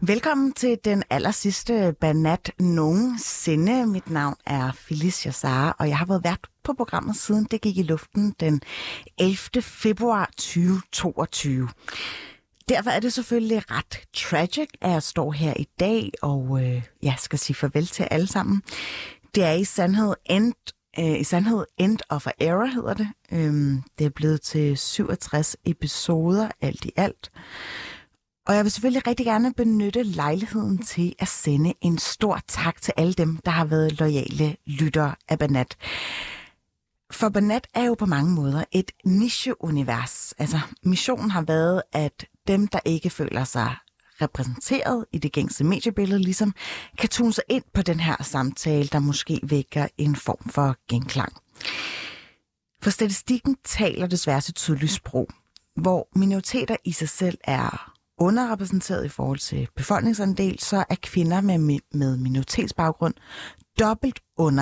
Velkommen til den allersidste Banat nogensinde. Mit navn er Felicia Sara, og jeg har været vært på programmet siden det gik i luften den 11. februar 2022. Derfor er det selvfølgelig ret tragic, at jeg står her i dag og jeg skal sige farvel til alle sammen. Det er i sandhed End of an Era, hedder det. Det er blevet til 67 episoder alt i alt. Og jeg vil selvfølgelig rigtig gerne benytte lejligheden til at sende en stor tak til alle dem, der har været loyale lyttere af Banat. For Banat er jo på mange måder et nicheunivers. Altså, missionen har været, at dem, der ikke føler sig repræsenteret i det gængse mediebillede, ligesom kan tune sig ind på den her samtale, der måske vækker en form for genklang. For statistikken taler desværre sit tydelige sprog, hvor minoriteter i sig selv er underrepræsenteret i forhold til befolkningsandel, så er kvinder med minoritetsbaggrund dobbelt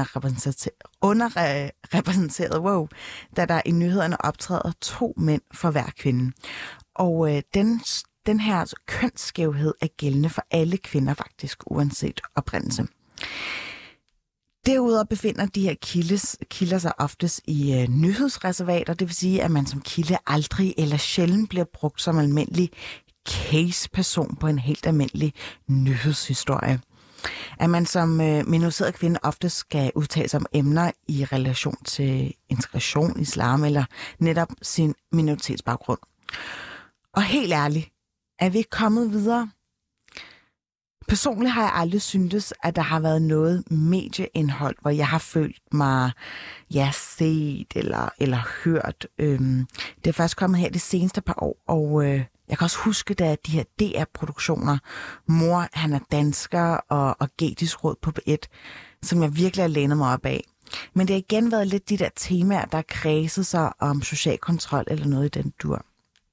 underrepræsenteret, da der i nyhederne optræder 2 mænd for hver kvinde. Og den her kønsskævhed er gældende for alle kvinder faktisk, uanset oprindelse. Derudover befinder de her kilder sig oftest i nyhedsreservater, det vil sige, at man som kilde aldrig eller sjældent bliver brugt som almindelig case-person på en helt almindelig nyhedshistorie. At man som minoriseret kvinde ofte skal udtale sig om emner i relation til integration, islam eller netop sin minoritetsbaggrund. Og helt ærligt, er vi ikke kommet videre? Personligt har jeg aldrig syntes, at der har været noget medieindhold, hvor jeg har følt mig set eller hørt. Det er først kommet her de seneste par år, og jeg kan også huske, da de her DR-produktioner, Mor, han er dansker og Getisk Råd på P1, som jeg virkelig har lænet mig op af. Men det har igen været lidt de der temaer, der kredser sig om social kontrol eller noget i den dur.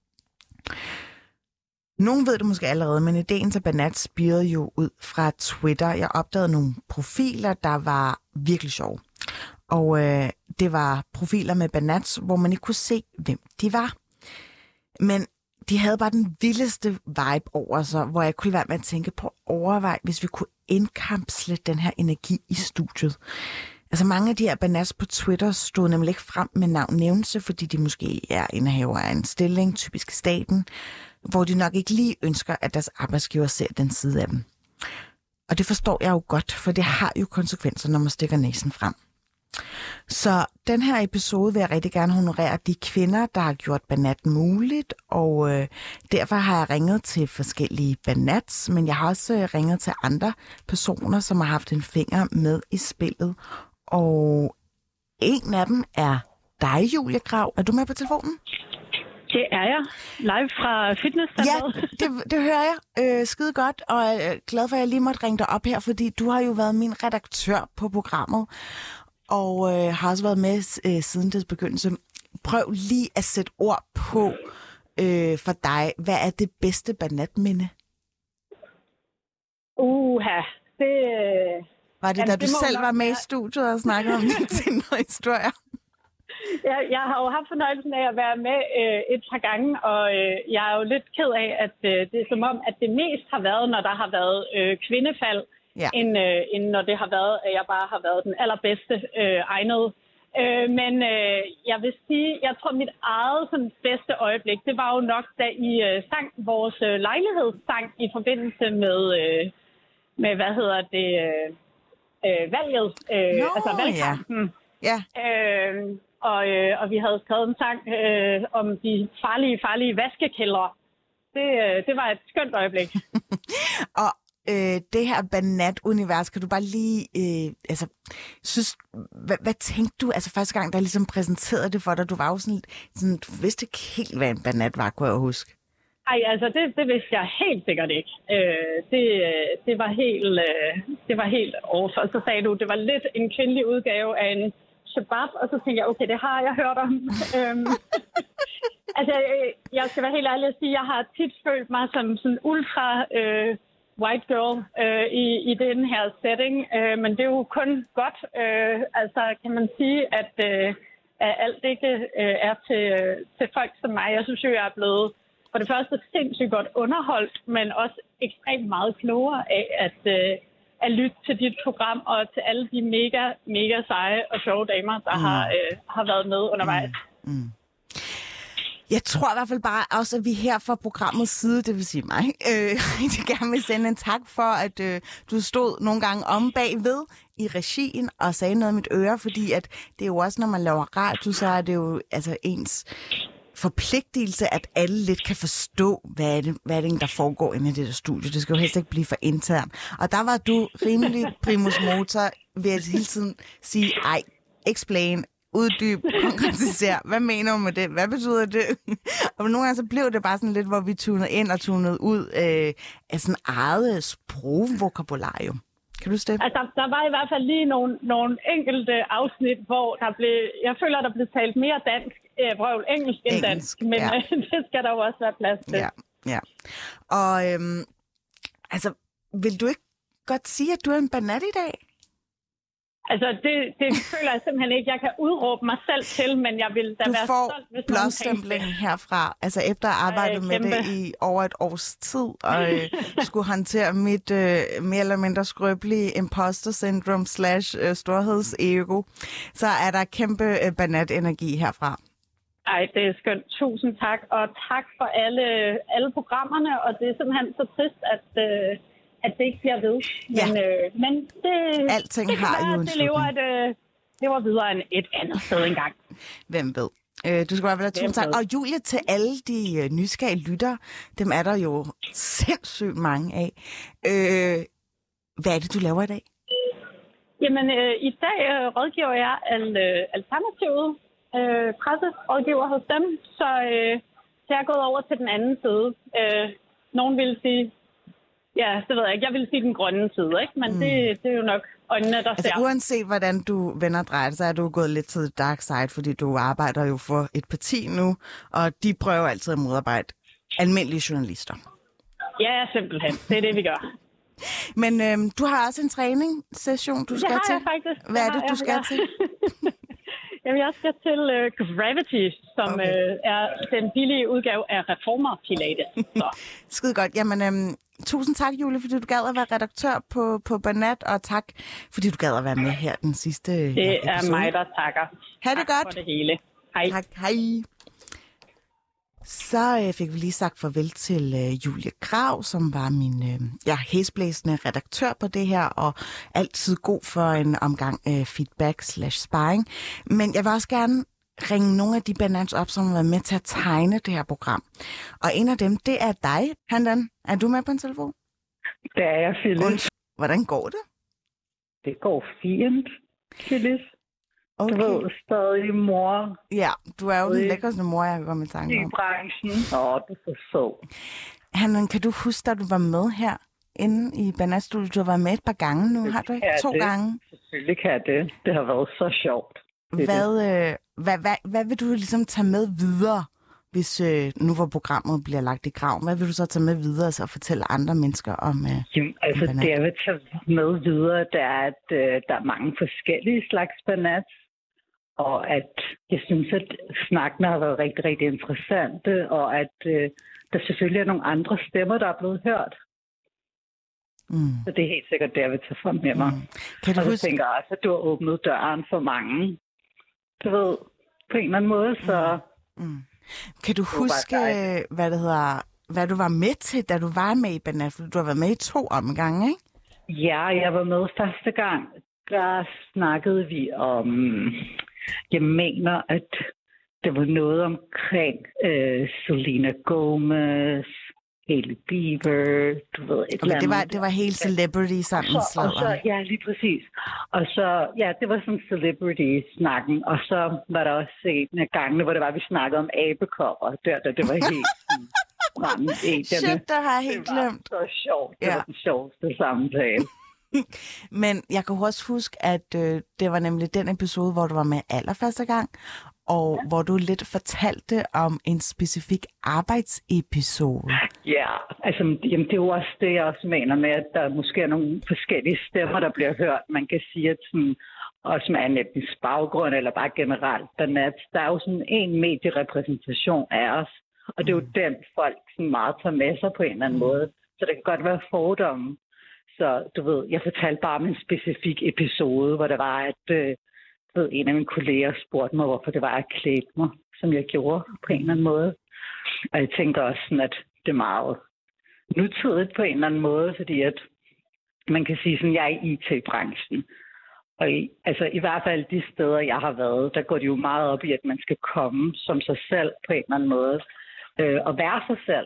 Nogen ved det måske allerede, men ideen til Banat spirede jo ud fra Twitter. Jeg opdagede nogle profiler, der var virkelig sjove. Og det var profiler med Banats, hvor man ikke kunne se, hvem de var. Men de havde bare den vildeste vibe over sig, hvor jeg kunne være med at tænke på at overveje, hvis vi kunne indkapsle den her energi i studiet. Altså mange af de her Banats på Twitter stod nemlig ikke frem med navnnævnelse, fordi de måske er indehaver af en stilling, typisk staten, hvor de nok ikke lige ønsker, at deres arbejdsgiver ser den side af dem. Og det forstår jeg jo godt, for det har jo konsekvenser, når man stikker næsen frem. Så den her episode vil jeg rigtig gerne honorere de kvinder, der har gjort Banat muligt, og derfor har jeg ringet til forskellige Banats, men jeg har også ringet til andre personer, som har haft en finger med i spillet. Og en af dem er dig, Julie Grav. Er du med på telefonen? Det er jeg. Live fra fitnesscenteret. Ja, det hører jeg skide godt, og jeg er glad for, at jeg lige måtte ringe dig op her, fordi du har jo været min redaktør på programmet, og har også været med siden dets begyndelse. Prøv lige at sætte ord på for dig. Hvad er det bedste Banat-minde? Det... Var det, da du selv var med i studiet og snakkede om dine historier? Jeg har jo haft fornøjelsen af at være med et par gange, og jeg er jo lidt ked af, at det er som om, at det mest har været, når der har været kvindefald, end når det har været, at jeg bare har været den allerbedste egnede. Men jeg vil sige, jeg tror, mit eget sådan, bedste øjeblik, det var jo nok, da I sang vores lejlighedssang i forbindelse med hvad hedder det, valget, altså valgkampen. Ja. Og vi havde skrevet en sang om de farlige vaskekældre. Det var et skønt øjeblik. Og det her Banat-univers, kan du bare lige... hvad tænkte du? Altså første gang, der ligesom præsenterede det for dig, du var jo sådan du vidste ikke helt, hvad en Banat var, kunne jeg huske. Ej, altså det vidste jeg helt sikkert ikke. Det var helt off. Og så sagde du, det var lidt en kvindelig udgave af en Shabab, og så tænkte jeg, okay, det har jeg hørt om. Altså, jeg skal være helt ærlig at sige, jeg har tit følt mig som sådan ultra white girl i den her setting, men det er jo kun godt. Altså, kan man sige, at alt ikke er til folk som mig. Jeg synes jo, jeg er blevet for det første sindssygt godt underholdt, men også ekstremt meget klogere af at lytte til dit program og til alle de mega, mega seje og sjove damer, der har været med undervejs. Jeg tror i hvert fald bare også, at vi her fra programmets side, det vil sige mig, rigtig gerne vil sende en tak for, at du stod nogle gange om bagved i regien og sagde noget i mit øre, fordi at det er jo også, når man laver radio, så er det jo altså ens forpligtelse, at alle lidt kan forstå, hvad er det, der foregår inde i det der studie. Det skal jo helst ikke blive for internt. Og der var du rimelig primus motor ved at hele tiden sige, explain, uddyb, konkretisere. Hvad mener du med det? Hvad betyder det? Og nogle gange så blev det bare sådan lidt, hvor vi tunede ind og tunede ud af sådan eget sprogvokabularium. Kan du huske det? Altså, der var i hvert fald lige nogle enkelte afsnit, hvor jeg føler, der blev talt mere engelsk end dansk. Men det skal der jo også være plads til. Ja. Og altså, vil du ikke godt sige, at du er en banat i dag? Altså, det føler jeg simpelthen ikke. Jeg kan udråbe mig selv til, men jeg vil da være stolt, hvis du får blåstemplingen herfra. Altså, efter at have arbejdet med det i over et års tid, og skulle håndtere mit mere eller mindre skrøbelige imposter syndrome / storhedsego, så er der kæmpe banat-energi herfra. Ej, det er skønt. Tusind tak, og tak for alle programmerne, og det er simpelthen så trist, at det ikke bliver ved. Men det, alting det har være, jo en det lever videre end et andet sted engang. Hvem ved? Du skal bare være tusind tak. Og Julie, til alle de nysgerrige lyttere, dem er der jo sindssygt mange af. Hvad er det, du laver i dag? Jamen, i dag rådgiver jeg Alternativet, presserådgiver hos dem, så jeg er gået over til den anden side. Nogen vil sige, ja, det ved jeg ikke. Jeg vil sige den grønne side, ikke? Men det er jo nok øjnene, der ser. Altså uanset hvordan du vender og drejer, så er du gået lidt til the dark side, fordi du arbejder jo for et parti nu, og de prøver altid at modarbejde almindelige journalister. Ja, simpelthen. Det er det, vi gør. Men du har også en træningssession, du skal til. Det har jeg faktisk. Hvad er det, du skal til? Jamen, jeg skal til Gravity, som er den billige udgave af Reformer Pilates. Skide godt. Jamen, tusind tak, Julie, fordi du gad at være redaktør på Banat, og tak, fordi du gad at være med her den sidste Det er episode. mig, der takker. Ha' det godt. Tak for det hele. Hej. Tak, hej. Så fik vi lige sagt farvel til Julie Krag, som var min hæsblæsende redaktør på det her, og altid god for en omgang feedback / sparring. Men jeg vil også gerne ringe nogle af de banans op, som har været med til at tegne det her program. Og en af dem, det er dig, Handan. Er du med på en telefon? Det er jeg, Phyllis. Hvordan går det? Det går fint, Phyllis. Okay. Du ved, stadig mor. Ja, du er jo den lækkerste mor, jeg kan komme i tanke om. I branchen. Du er så sød. Handan, kan du huske, da du var med her inde i Banatstudiet? Du har været med et par gange nu, har du ikke? 2 gange? Selvfølgelig kan jeg det. Det har været så sjovt. Hvad vil du ligesom tage med videre, hvis nu hvor programmet bliver lagt i graven? Hvad vil du så tage med videre og fortælle andre mennesker om? Jamen, altså, det jeg vil tage med videre, det er, at der er mange forskellige slags banats. Og at jeg synes, at snakkene har været rigtig, rigtig interessante, og at der selvfølgelig er nogle andre stemmer, der er blevet hørt. Så det er helt sikkert det, jeg vil tage frem med mig. Kan du og så tænker jeg også, at du har åbnet døren for mange. Du ved, på en eller anden måde, så... Kan du huske, hvad du var med til, da du var med i Banat? Du har været med i 2 omgange, ikke? Ja, jeg var med første gang. Der snakkede vi om... Jeg mener, at det var noget omkring Selena Gomez, Hailey Bieber, du ved, et eller andet. Det var helt celebrity sammenslaget. Ja, lige præcis. Og så, ja, det var sådan celebrity-snakken. Og så var der også en af gangene, hvor det var, vi snakkede om abekopper. Det var helt Shit, der har jeg helt glemt. Det var så sjovt. Det var den sjoveste samtale. Men jeg kan også huske, at det var nemlig den episode, hvor du var med allerførste gang, og hvor du lidt fortalte om en specifik arbejdsepisode. Ja, altså jamen, det er jo også det, jeg også mener med, at der måske er nogle forskellige stemmer, der bliver hørt. Man kan sige, at sådan, også med en etnisk baggrund, eller bare generelt, der er jo sådan en medierepræsentation af os. Og det er jo den, folk sådan meget tager med sig på en eller anden måde. Så det kan godt være fordomme. Så du ved, jeg fortalte bare om en specifik episode, hvor det var, at en af mine kolleger spurgte mig, hvorfor det var, at jeg klædte mig, som jeg gjorde på en eller anden måde. Og jeg tænker også sådan, at det er meget nutidigt på en eller anden måde, fordi at man kan sige sådan, at jeg er i IT-branchen. Og i hvert fald de steder, jeg har været, der går det jo meget op i, at man skal komme som sig selv på en eller anden måde. Og være sig selv.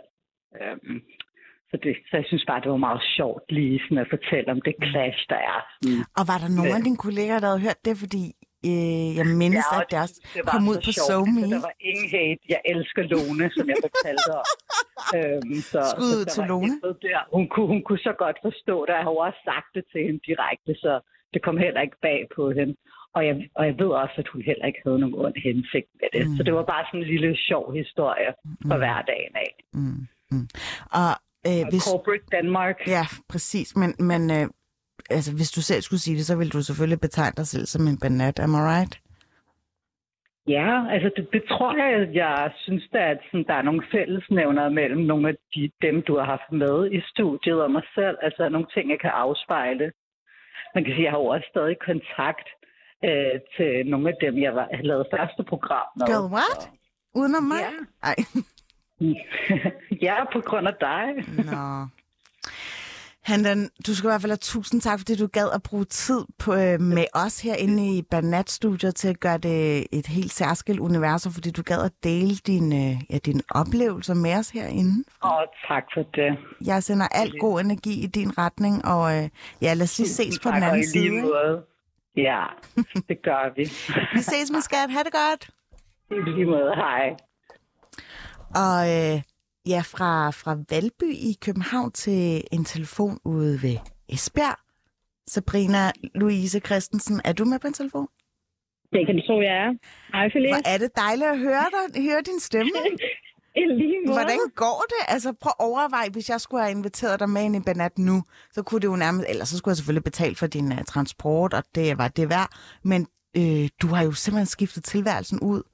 Så jeg synes bare, det var meget sjovt lige sådan at fortælle om det clash, der er. Og var der nogen af dine kolleger, der havde hørt det? Fordi jeg mindes, at det også kom ud på SoMe. Der var ingen hate. Jeg elsker Lone, som jeg fortalte om. Skud til Lone. Hun kunne så godt forstå det. Jeg har også sagt det til hende direkte, så det kom heller ikke bag på hende. Og jeg ved også, at hun heller ikke havde nogen ond hensigt med det. Så det var bare sådan en lille sjov historie for hverdagen af. Og Corporate Danmark. Ja, præcis. Men altså, hvis du selv skulle sige det, så ville du selvfølgelig betegne dig selv som en banat. Am I right? Ja, altså det tror jeg, at jeg synes, at sådan, der er nogle fællesnævner mellem nogle af dem, du har haft med i studiet og mig selv. Altså nogle ting, jeg kan afspejle. Man kan sige, at jeg har også stadig kontakt til nogle af dem, jeg lavede første program med. Girl, what? Udenom mig? Ja. Ej. Ja, på grund af dig. Nå. Handan, du skal i hvert fald have tusind tak, fordi du gad at bruge tid med os herinde i Banat-studiet til at gøre det et helt særskilt univers, fordi du gad at dele dine oplevelser med os herinde. Tak for det. Jeg sender alt god energi i din retning, og lad os lige ses på den anden side. Måde. Ja, det gør vi. Vi ses med skat. Ha' det godt. I lige måde. Hej. Og fra Valby i København til en telefon ude ved Esbjerg. Sabrina Louise Christensen, er du med på en telefon? Det kan du tro, jeg er. Hej, Philip. Hvor er det dejligt at høre din stemme. Hvordan går det? Altså prøv at overveje, hvis jeg skulle have inviteret dig med ind i Banat nu, så kunne det jo nærmest, eller så skulle jeg selvfølgelig betale for din transport, og det var det værd. Men du har jo simpelthen skiftet tilværelsen ud.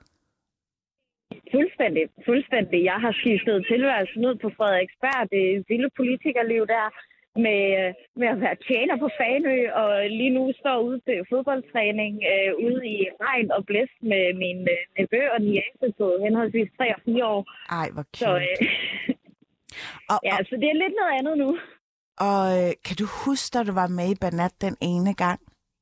Fuldstændig. Jeg har skiftet tilværelsen ud på Frederiksberg, det vilde politikerliv der, med at være tjener på Fanø, og lige nu står ude til fodboldtræning ude i regn og blæst med min nevø og niece på henholdsvis 3 og 4 år. Ej, hvor cute. Så det er lidt noget andet nu. Og kan du huske, da du var med i Banat den ene gang?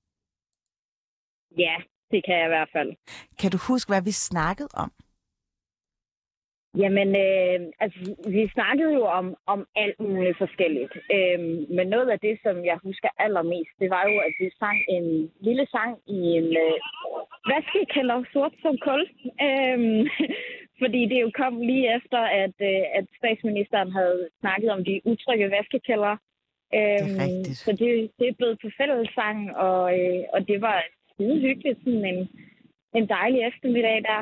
Ja, det kan jeg i hvert fald. Kan du huske, hvad vi snakkede om? Jamen, vi snakkede jo om alt muligt forskelligt. Men noget af det, som jeg husker allermest, det var jo, at vi sang en lille sang i en vaskekælder, sort som kul. Fordi det jo kom lige efter, at statsministeren havde snakket om de utrygge vaskekældre. Så det er blevet på fællessang, og det var skide hyggeligt. Sådan en dejlig eftermiddag der.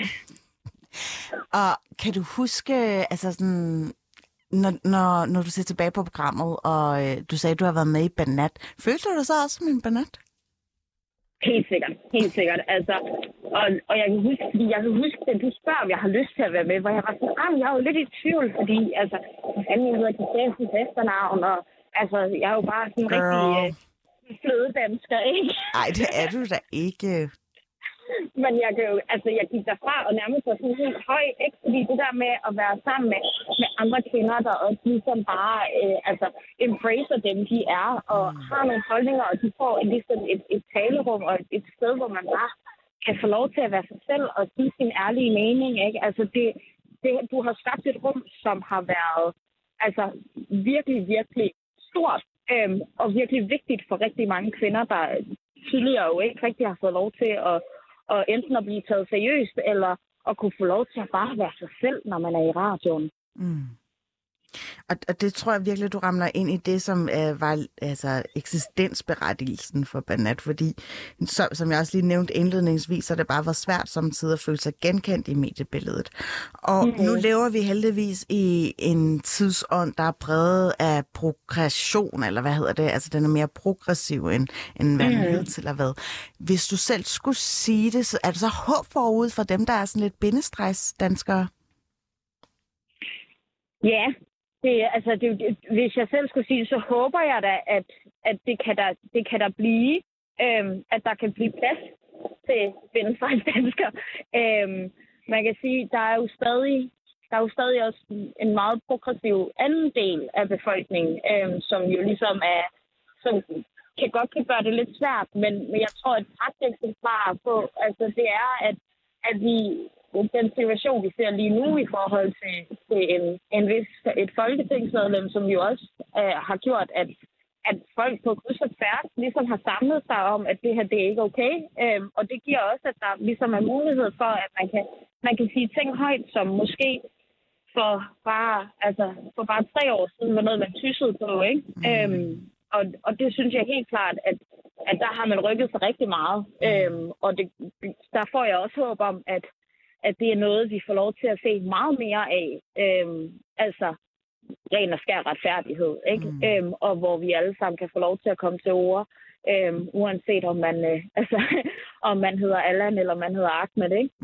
Og kan du huske, altså sådan, når du ser tilbage på programmet, og du sagde, at du har været med i Banat, følte du dig så også som en Banat? Helt sikkert. Altså, og jeg kan huske, at du spørger, om jeg har lyst til at være med, hvor jeg var sådan, jeg er jo lidt i tvivl, fordi, altså, jeg hedder de fleste efternavn, og altså, jeg er jo bare sådan en rigtig flødedansker, ikke? Nej, det er du da ikke. Men jeg gik derfra og nærmest var sådan helt høj, ikke? Fordi det der med at være sammen med andre kvinder, der også ligesom bare embracer dem, de er, og har nogle holdninger, og de får ligesom et talerum og et sted, hvor man bare kan få lov til at være sig selv og sige sin ærlige mening, ikke? Altså du har skabt et rum, som har været virkelig, virkelig stort og virkelig vigtigt for rigtig mange kvinder, der tidligere jo ikke rigtig har fået lov til at enten at blive taget seriøst, eller at kunne få lov til at bare være sig selv, når man er i radioen. Mm. Og det tror jeg virkelig, du ramler ind i det, som var eksistensberettigelsen for Banat, fordi, som jeg også lige nævnte indledningsvis, så det bare var svært samtidig at føle sig genkendt i mediebilledet. Og nu lever vi heldigvis i en tidsånd, der er præget af progression, eller hvad hedder det? Altså, den er mere progressiv, end hvad den hidtil har været. Hvis du selv skulle sige det, så er der så håb forud for dem, der er sådan lidt bindestregsdanskere? Ja, hvis jeg selv skulle sige det, så håber jeg da, at det kan der blive, at der kan blive plads til venstrefløjsdanskere. Man kan sige, der er jo stadig også en meget progressiv anden del af befolkningen, som jo ligesom som kan gøre det lidt svært, men jeg tror, et praktisk svar på, altså det er, at vi den situation, vi ser lige nu i forhold til et folketingsmedlem, som jo også har gjort, at folk på kryds og tværs ligesom har samlet sig om, at det her, det er ikke okay. Og det giver også, at der ligesom er mulighed for, at man kan sige ting højt, som måske for bare 3 år siden var noget, man tyssede på, ikke? Og det synes jeg helt klart, at der har man rykket sig rigtig meget. Og der får jeg også håb om, at det er noget, vi får lov til at se meget mere af. Altså ren og skær retfærdighed, ikke? Og hvor vi alle sammen kan få lov til at komme til ord, uanset om man hedder Allan eller man hedder Ahmed, ikke?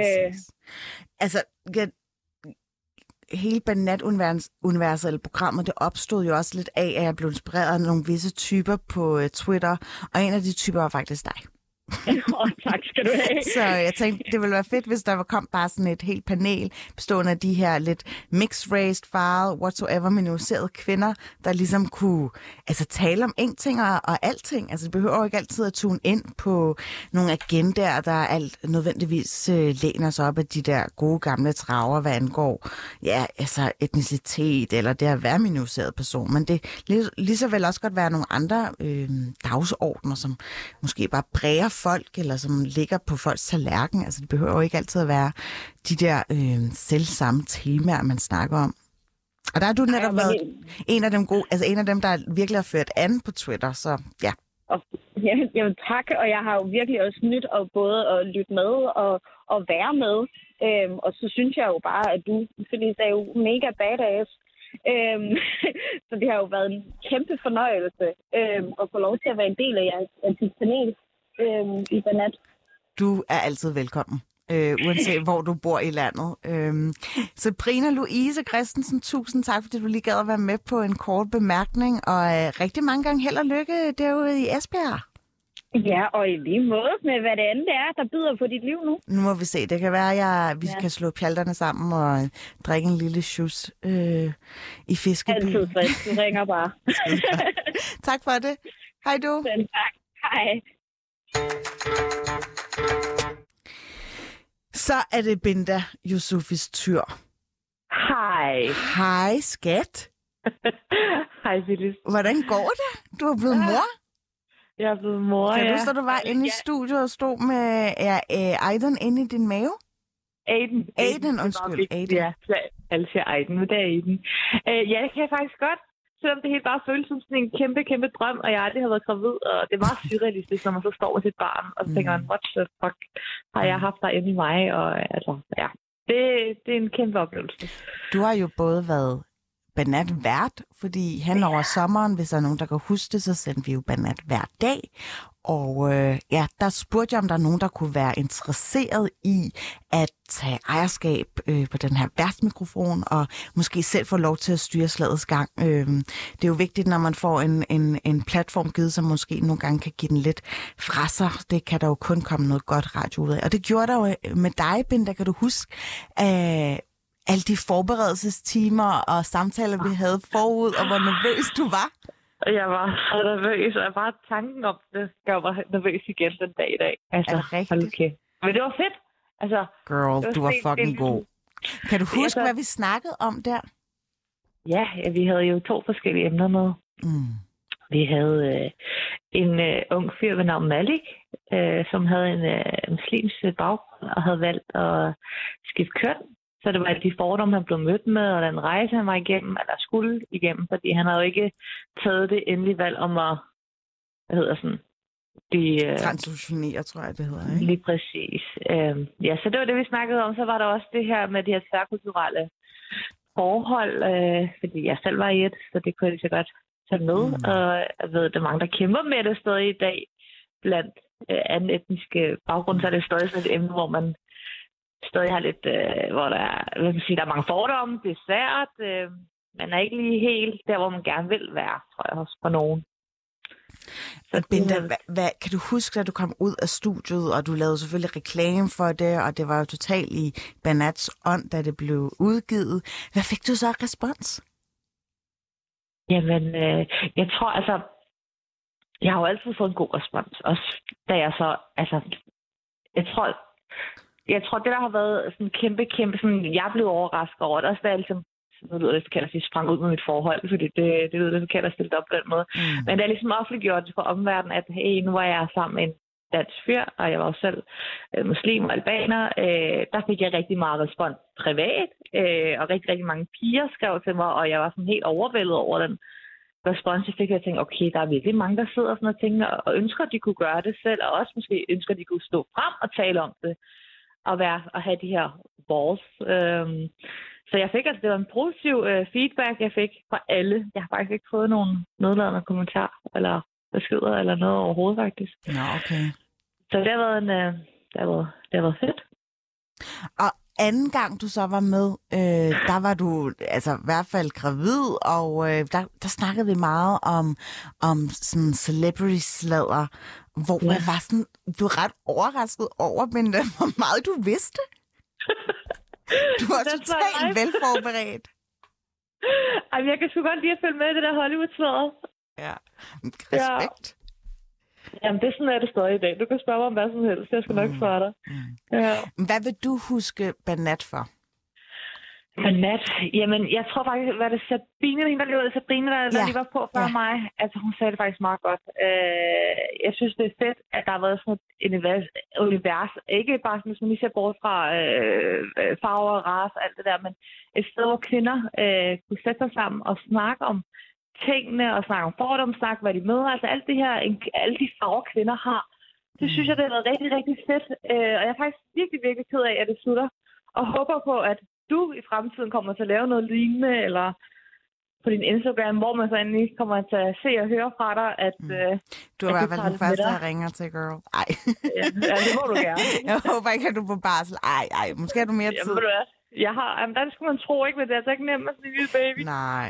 Hele Banat-universet, eller programmet, det opstod jo også lidt af, at jeg blev inspireret af nogle visse typer på Twitter, og en af de typer var faktisk dig. Tak skal du have. Så jeg tænkte, det ville være fedt, hvis der kom bare sådan et helt panel bestående af de her lidt mixed-raced, farvede, whatsoever, minoriserede kvinder, der ligesom kunne tale om ting og alting. Altså det behøver jo ikke altid at tune ind på nogle agendaer, der alt nødvendigvis læner sig op af de der gode gamle traver, hvad angår etnicitet eller det at være minoriseret person. Men det lige så vel også godt være nogle andre dagsordner, som måske bare præger folk, eller som ligger på folks tallerken. Altså, det behøver jo ikke altid at være de der selvsamme temaer, man snakker om. Og der har du netop været en af dem, der virkelig har ført an på Twitter, så ja. Jamen tak, og jeg har jo virkelig også nyt både at lytte med og være med. Og så synes jeg jo bare, at du, Felice, er jo mega badass. Så det har jo været en kæmpe fornøjelse at få lov til at være en del af dit panel i Banat. Du er altid velkommen, uanset hvor du bor i landet. Sabrina Louise Christensen, tusind tak, fordi du lige gad at være med på en kort bemærkning, og rigtig mange gange held og lykke derude i Esbjerg. Ja, og i lige måde med, hvad det andet er, der byder på dit liv nu. Nu må vi se. Det kan være, at vi kan slå pjalterne sammen og drikke en lille shoes i Fiskeby. Altid frisk. Du ringer bare. Tak for det. Hej du. Selv tak. Hej. Så er det Binda Yusufis tur. Hej. Hej, skat. Hej, Phyllis. Hvordan går det? Du er blevet mor? Jeg er blevet mor, Kan du huske, at du var inde i studiet og stod med Aiden inde i din mave? Aiden, undskyld. Aiden. Ja, alle siger Aiden, men det er Aiden. Ja, det kan jeg faktisk godt. Selvom det helt bare føles som sådan en kæmpe, kæmpe drøm, og jeg aldrig har været gravid, og det er meget surrealistisk, når man så står med sit barn, og så tænker man, what the fuck har jeg haft der inde i mig, og ja, det er en kæmpe oplevelse. Du har jo både været Banat vært, fordi hen over sommeren, hvis der er nogen, der kan huske det, så sendte vi jo Banat hver dag. Og der spurgte jeg, om der er nogen, der kunne være interesseret i at tage ejerskab på den her værtsmikrofon, og måske selv få lov til at styre slagets gang. Det er jo vigtigt, når man får en platform givet, som måske nogle gange kan give den lidt fra sig. Det kan der jo kun komme noget godt radio ud af. Og det gjorde der jo med dig, Binda, kan du huske, alle de forberedelsestimer og samtaler, vi havde forud, og hvor nervøs du var? Jeg var så nervøs, og bare tanken om det gør mig nervøs igen den dag i dag. Altså, er det rigtigt? Okay. Men det var fedt. Altså, girl, du var fucking god. Kan du huske, hvad vi snakkede om der? Ja, vi havde jo 2 forskellige emner med. Vi havde en ung fyr ved navn Malik, som havde en muslimsk baggrund og havde valgt at skifte køn. Så det var de fordomme, han blev mødt med, og den rejse, han var igennem, eller skulle igennem, fordi han havde jo ikke taget det endelige valg om at, transitionere, tror jeg, det hedder, ikke? Lige præcis. Ja, så det var det, vi snakkede om. Så var der også det her med de her tværkulturelle forhold, fordi jeg selv var i et, så det kunne jeg lige så godt tage med. Og jeg ved, der er mange, der kæmper med det stadig i dag, blandt anden etniske baggrund, så er det stadig sådan et emne, hvor man stadig har lidt, hvor der er, hvad man siger, der er mange fordomme, det er svært, man er ikke lige helt der, hvor man gerne vil være, tror jeg også for nogen. Så Binda, kan du huske, at du kom ud af studiet, og du lavede selvfølgelig reklame for det, og det var jo totalt i Banats ånd, da det blev udgivet. Hvad fik du så af respons? Jamen, jeg tror altså, jeg har jo altid fået en god respons, også da jeg så, altså, jeg tror det der har været sådan kæmpe, sådan, jeg blev overrasket over det, også da jeg ligesom, nu lyder det forkert at sige, sprang ud med mit forhold, fordi det lyder det forkert at stille det op på den måde. Men det er ligesom offentliggjort for omverdenen, at hey, nu var jeg sammen med en dansk fyr, og jeg var jo selv muslim og albaner. Der fik jeg rigtig meget respons privat, og rigtig mange piger skrev til mig, og jeg var sådan helt overvældet over den respons. Jeg fik, jeg tænkte, okay, der er virkelig mange, der sidder sådan og tænker, og ønsker, at de kunne gøre det selv, og også måske ønsker, at de kunne stå frem og tale om det, og have de her balls. Så jeg fik, altså, det var en positiv feedback, jeg fik fra alle. Jeg har faktisk ikke fået nogen nedladende kommentar, eller beskeder, eller noget overhovedet, faktisk. Nå, okay. Så det har været det har været fedt. Og anden gang, du så var med, der var du altså i hvert fald gravid, og der snakkede vi meget om sådan celebrity-sladder, hvor jeg var sådan, du var ret overrasket over, men hvor meget du vidste. Du var totalt velforberedt. Ej, jeg kan sgu godt lide at følge med i det der Hollywood-sladder. Ja, respekt. Ja. Jamen, det er sådan, at det stadig i dag. Du kan spørge mig om hvad som helst. Jeg skal nok svare dig. Ja. Hvad vil du huske Banat for? Banat? Jamen, jeg tror faktisk, hvad det Sabine, der lige var på før mig. Altså, hun sagde det faktisk meget godt. Jeg synes, det er fedt, at der har været sådan et univers. Ikke bare sådan, hvis man lige ser bort fra farver og race og alt det der, men et sted, hvor kvinder kunne sætte sig sammen og snakke om tingene og snakke om fordomssnak, hvad de møder. Altså alt det her, alle de farver kvinder har. Det synes jeg, det har været rigtig, rigtig fedt. Og jeg er faktisk virkelig ked af, at det slutter. Og håber på, at du i fremtiden kommer til at lave noget lignende, eller på din Instagram, hvor man så endelig kommer til at se og høre fra dig, at du er i hvert fald den første, der ringer til, girl. Ej. Ja, det må du gerne. Jeg håber ikke, at du er på barsel. Ej, måske har du mere tid. Jeg har, der skulle man tro ikke, men det er altså ikke nemt at sige lille baby. Nej.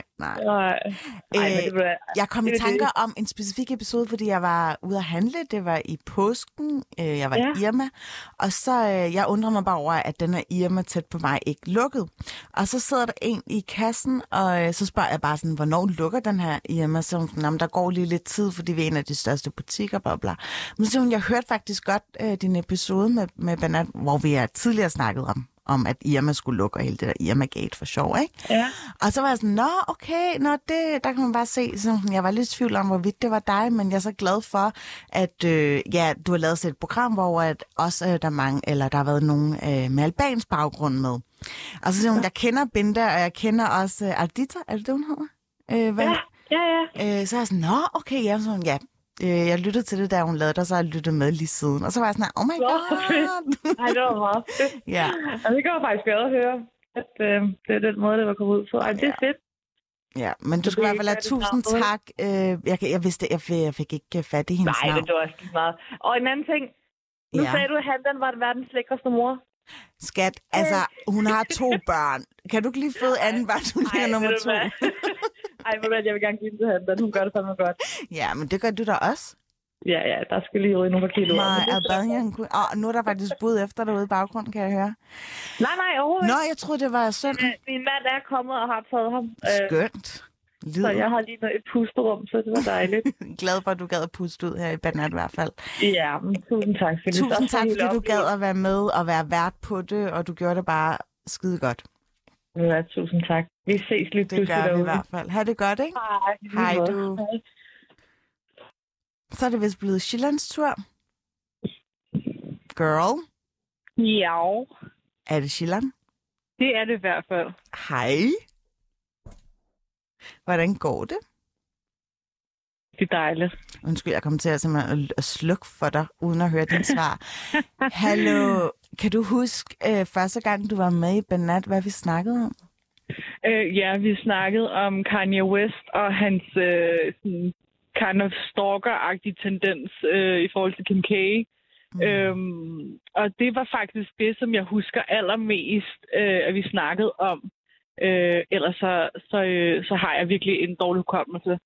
Men jeg kom i tanker om en specifik episode, fordi jeg var ude at handle. Det var i påsken. Jeg var i Irma. Og så jeg undrer mig bare over, at den her Irma tæt på mig ikke lukkede. Og så sidder der en i kassen, og så spørger jeg bare sådan, hvornår lukker den her Irma? Så hun, der går lige lidt tid, fordi vi er en af de største butikker, bla bla. Men så jeg hørte faktisk godt din episode med Banat, hvor vi tidligere snakket om, at Irma skulle lukke, og hele det der Irma-gate for sjov, ikke? Ja. Og så var jeg sådan, der kan man bare se, så jeg var lidt i tvivl om, hvorvidt det var dig, men jeg er så glad for, at du har lavet et program, hvor at også der har været nogen med albansk baggrund med. Og så siger hun, jeg kender Binda, og jeg kender også Ardita, er det hun hedder? Ja. Så er jeg sådan, okay, ja. Jeg lyttede til det, da hun lavede det, og så har jeg lyttet med lige siden. Og så var jeg sådan, oh my god! Ej, det var meget fedt. Ja. Og det kan jeg faktisk godt at høre, at det er den måde, det var kommet ud på. Ej, det er fedt. Ja, men du skal i hvert fald have tusind tak. Jeg vidste, jeg fik ikke fat i hendes navn. Nej, det var også meget. Og en anden ting. Nu sagde du, at han var verdens lækreste mor. Skat, altså, hun har 2 børn. Kan du ikke lige føde anden barn, hun ligger nummer 2? Ej, jeg vil gerne give den til hende. Hun gør det fandme godt. Ja, men det gør du da også. Ja, der skal lige ryge nogle kilo. Nu er der faktisk bud efter derude i baggrunden, kan jeg høre. Nej, overhovedet. Nå, jeg troede, det var søn. Min mand er kommet og har taget ham. Skønt. Så jeg har lige et pusterum, så det var dejligt. Glad for, at du gad at puste ud her i Banat i hvert fald. Ja, men tusind tak. Tusind tak, fordi du gad at være med og være vært på det, og du gjorde det bare skide godt. Ja, tusind tak. Vi ses lidt. Det gør vi i hvert fald. Ha' det godt, ikke? Hej du. Hej. Så er det vist blevet Sjællands tur. Girl. Ja. Er det Sjælland? Det er det i hvert fald. Hej. Hvordan går det? Det er dejligt. Undskyld, jeg kommer til at slukke for dig, uden at høre din svar. Hallo, kan du huske første gang, du var med i Banat, hvad vi snakkede om? Ja, vi snakkede om Kanye West og hans sådan kind of stalker-agtig tendens i forhold til Kim K. Og det var faktisk det, som jeg husker allermest, at vi snakkede om. Ellers så har jeg virkelig en dårlig hukommelse.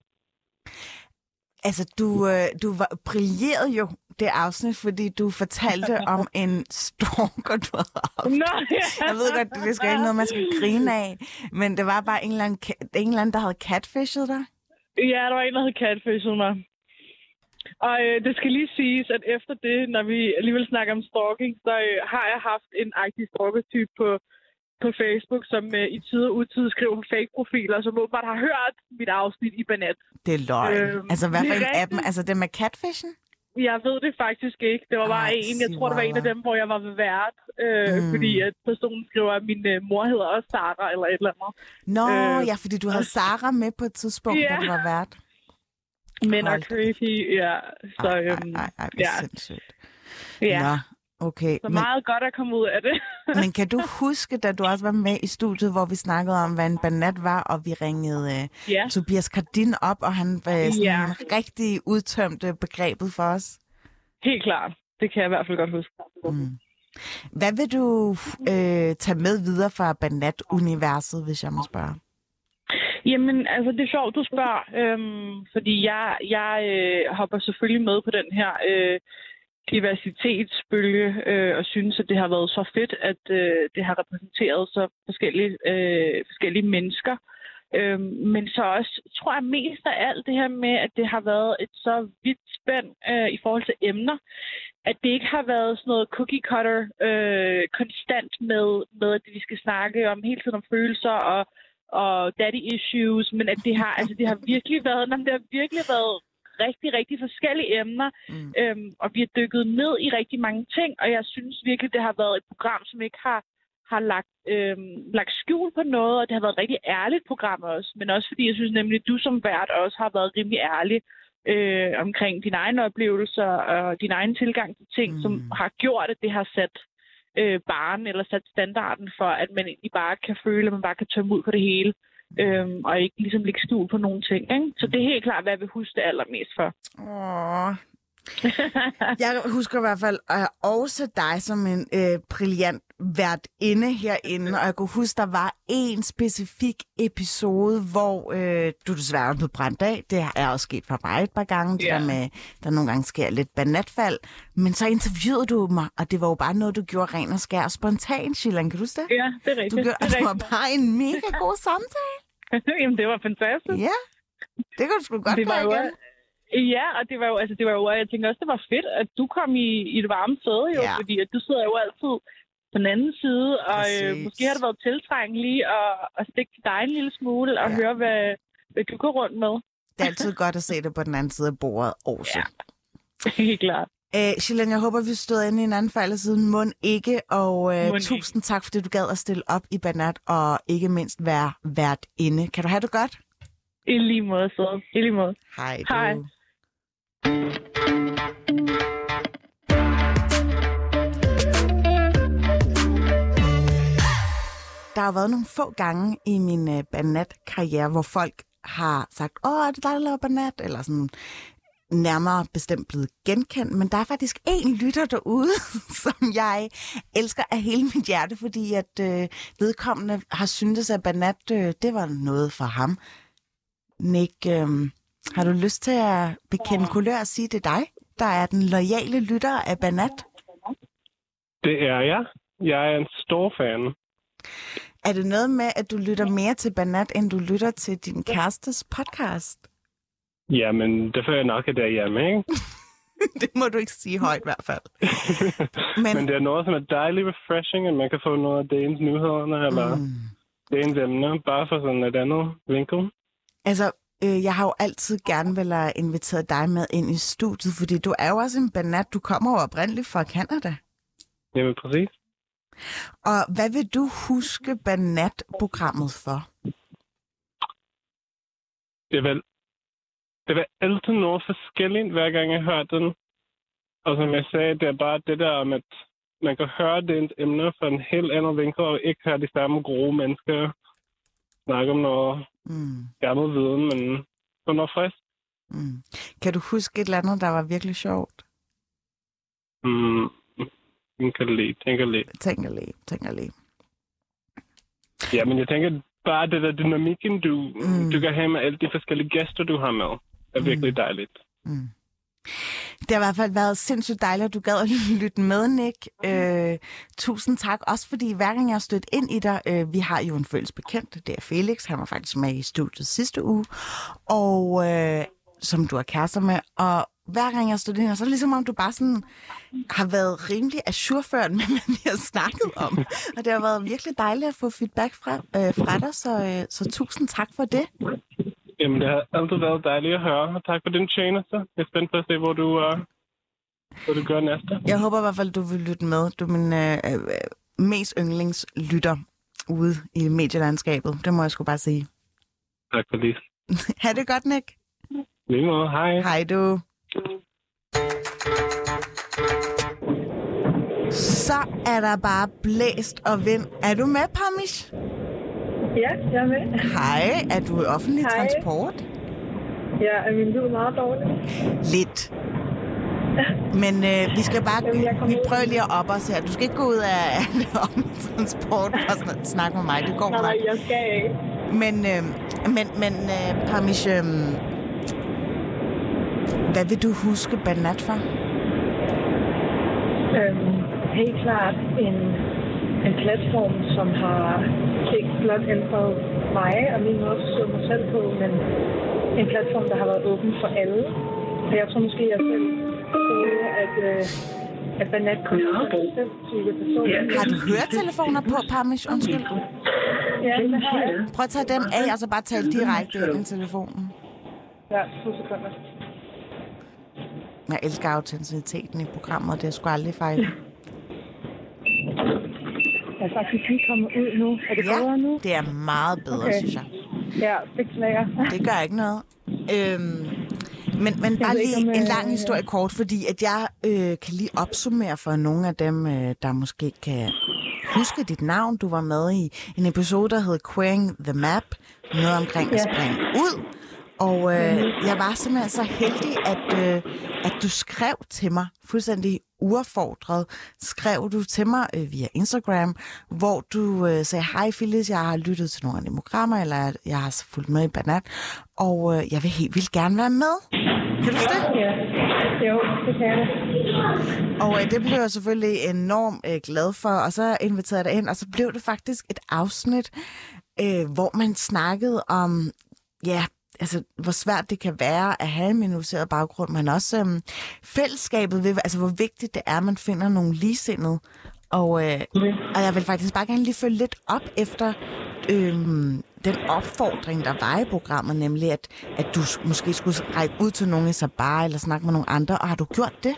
Altså, du brillerede jo det afsnit, fordi du fortalte om en stalker, du havde haft. Nå, ja. Jeg ved godt, det skal ikke noget, man skal grine af, men det var bare en eller anden, der havde catfishet dig. Ja, der var en, der havde catfishet mig. Og det skal lige siges, at efter det, når vi alligevel snakker om stalking, så har jeg haft en aktiv stalker-type på Facebook, som i tid og utid skriver fake-profiler, som åbenbart har hørt mit afsnit i Banat. Det er løgn. Altså, hvad for en af dem? Altså, det med catfishen? Jeg ved det faktisk ikke. Det var bare jeg tror, det var en af dem, hvor jeg var ved vært. Fordi at personen skriver, at min mor hedder også Sara, eller et eller andet. Nå, ja, fordi du havde Sara med på et tidspunkt, da du var vært. Men er creepy, ja. Så, det er sindssygt. Ja. Nå, okay. Så meget godt at komme ud af det. Men kan du huske, da du også var med i studiet, hvor vi snakkede om, hvad en banat var, og vi ringede Tobias Kardin op, og han rigtig udtømte begrebet for os? Helt klart. Det kan jeg i hvert fald godt huske. Hvad vil du tage med videre fra banat-universet, hvis jeg må spørge? Jamen, altså, det er sjovt, du spørger. Fordi jeg hopper selvfølgelig med på den her diversitetsbølge, og synes, at det har været så fedt, at det har repræsenteret så forskellige mennesker. Men så også, tror jeg mest af alt det her med, at det har været et så vidt spænd i forhold til emner, at det ikke har været sådan noget cookie cutter konstant med, at vi skal snakke om hele tiden om følelser og daddy issues, men at det har virkelig været rigtig, rigtig forskellige emner, og vi har dykket ned i rigtig mange ting, og jeg synes virkelig, det har været et program, som ikke har lagt skjul på noget, og det har været et rigtig ærligt program også, men også fordi jeg synes nemlig, at du som vært også har været rimelig ærlig omkring dine egne oplevelser og din egen tilgang til ting, som har gjort, at det har sat barren eller sat standarden for, at man egentlig bare kan føle, at man bare kan tømme ud på det hele. Og ikke ligesom lægge skjul på nogle ting. Ikke? Så det er helt klart, hvad jeg vil huske det allermest for. Jeg husker i hvert fald også dig som en brilliant værtinde herinde, og jeg kunne huske, der var en specifik episode, hvor du desværre er blevet brændt af. Det er også sket for mig et par gange, det der med, der nogle gange sker lidt banatfald. Men så interviewede du mig, og det var jo bare noget, du gjorde ren og skær spontant, Shilan. Kan du huske det? Ja, det er rigtigt. Det var bare en mega god samtale. Jamen, det var fantastisk. Ja, det kunne du sgu godt gøre igen. Ja, og det var jo, jeg tænker også, det var fedt, at du kom i et varmt sæde jo, fordi at du sidder jo altid på den anden side, og måske har det været tiltrængende lige at stikke til dig en lille smule og høre, hvad du går rundt med. Det er altid godt at se det på den anden side af bordet også. Ja, helt klart. Shilan, jeg håber, vi stod inde i en anden fejl siden mund ikke, og tusind tak, fordi du gad at stille op i Banat, og ikke mindst være vært inde. Kan du have det godt? I lige måde, så. I lige måde. Hej. Hej. Der har været nogle få gange i min Banat-karriere, hvor folk har sagt, er det dig, der laver Banat? Eller sådan nærmere bestemt blevet genkendt. Men der er faktisk én lytter derude, som jeg elsker af hele mit hjerte, fordi at vedkommende har syntes, at Banat, det var noget for ham. Nick, har du lyst til at bekende kulør og sige, det er dig, der er den loyale lytter af Banat? Det er jeg. Jeg er en stor fan. Er det noget med, at du lytter mere til Banat, end du lytter til din kærestes podcast? Jamen, det får jeg nok af derhjemme, ikke? Det må du ikke sige højt i hvert fald. Men det er noget, som er dejligt refreshing, at man kan få noget af dagens nyhederne, eller dagens emner, bare for sådan et andet vinkel. Altså, jeg har jo altid gerne vel inviteret dig med ind i studiet, fordi du er jo også en Banat. Du kommer jo oprindeligt fra Canada. Jamen, præcis. Og hvad vil du huske Banat-programmet for? Det var altid noget forskelligt, hver gang jeg hørte den. Og som jeg sagde, det er bare det der om, at man kan høre det emne fra en helt anden vinkel, og ikke høre de samme grove mennesker snakke om noget gammel viden, men noget frisk. Kan du huske et eller andet, der var virkelig sjovt? Tænker lige. Ja, men jeg tænker bare, det der dynamikken, du kan have med alle de forskellige gæster, du har med, er virkelig dejligt. Det har i hvert fald været sindssygt dejligt, at du gad at lytte med, Nick. Tusind tak, også fordi hver gang jeg har stødt ind i dig, vi har jo en fælles bekendt, det er Felix, han var faktisk med i studiet sidste uge, og som du er kærester med, og hver gang jeg har stødt ind, så er det ligesom om, du bare sådan har været rimelig ajourført med, hvad vi har snakket om. Og det har været virkelig dejligt at få feedback fra dig, så tusind tak for det. Jamen, det har altid været dejligt at høre, og tak for din tjeneste. Jeg er spændt på at se, hvor du gør næste. Jeg håber i hvert fald, du vil lytte med. Du er min mest yndlingslytter ude i medielandskabet. Det må jeg sgu bare sige. Tak for det. Ha' det godt, Nick. Lige måde. Hej. Hej du. Så er der bare blæst og vind. Er du med, Parmish? Ja, jeg er med. Hej, er du i offentlig transport? Ja, er min lyd meget dårlig? Lidt. Men vi skal bare... Vi prøver lige at op os her. Du skal ikke gå ud af offentlig transport for at snakke med mig. Det går nok. Nej, jeg skal ikke. Men Parmish, hvad vil du huske Banat for? Helt klart en platform, som har ikke blot ændret mig og min måde at forstå mig selv på, men en platform, der har været åben for alle. Og jeg tror måske, jeg selv troede, at Banat kunne være sindssyge personer. Har du høretelefoner på, Parmish? Undskyld. Ja, det har jeg. Prøv at tage dem af, og så bare tale direkte ind i telefonen. Ja, 2 sekunder. Jeg elsker autenticiteten i programmet, og det er sgu aldrig fejl. Jeg er faktisk lige kommet ud nu. Er det bedre nu? Det er meget bedre, synes jeg. Ja, beklager. Det gør ikke noget. Men bare lige en lang historie kort, fordi at jeg kan lige opsummere for nogle af dem, der måske kan huske dit navn. Du var med i en episode, der hed Queering the Map. Noget omkring at springe ud. Og jeg var simpelthen så heldig, at du skrev til mig, fuldstændig uaffordret, skrev du til mig via Instagram, hvor du sagde, hej Phyllis, jeg har lyttet til nogle af dine programmer, eller jeg har fulgt med i Banat, og jeg vil helt vildt gerne være med. Kan du huske det? Ja, jo, det kan jeg. Og det blev jeg selvfølgelig enormt glad for, og så inviterede jeg dig ind, og så blev det faktisk et afsnit, hvor man snakkede om, altså, hvor svært det kan være at have en minoriseret baggrund, men også fællesskabet ved, altså hvor vigtigt det er, at man finder nogle ligesindede. Og jeg vil faktisk bare gerne lige følge lidt op efter den opfordring, der var i programmet, nemlig at du måske skulle række ud til nogen i Sabar eller snakke med nogle andre, og har du gjort det?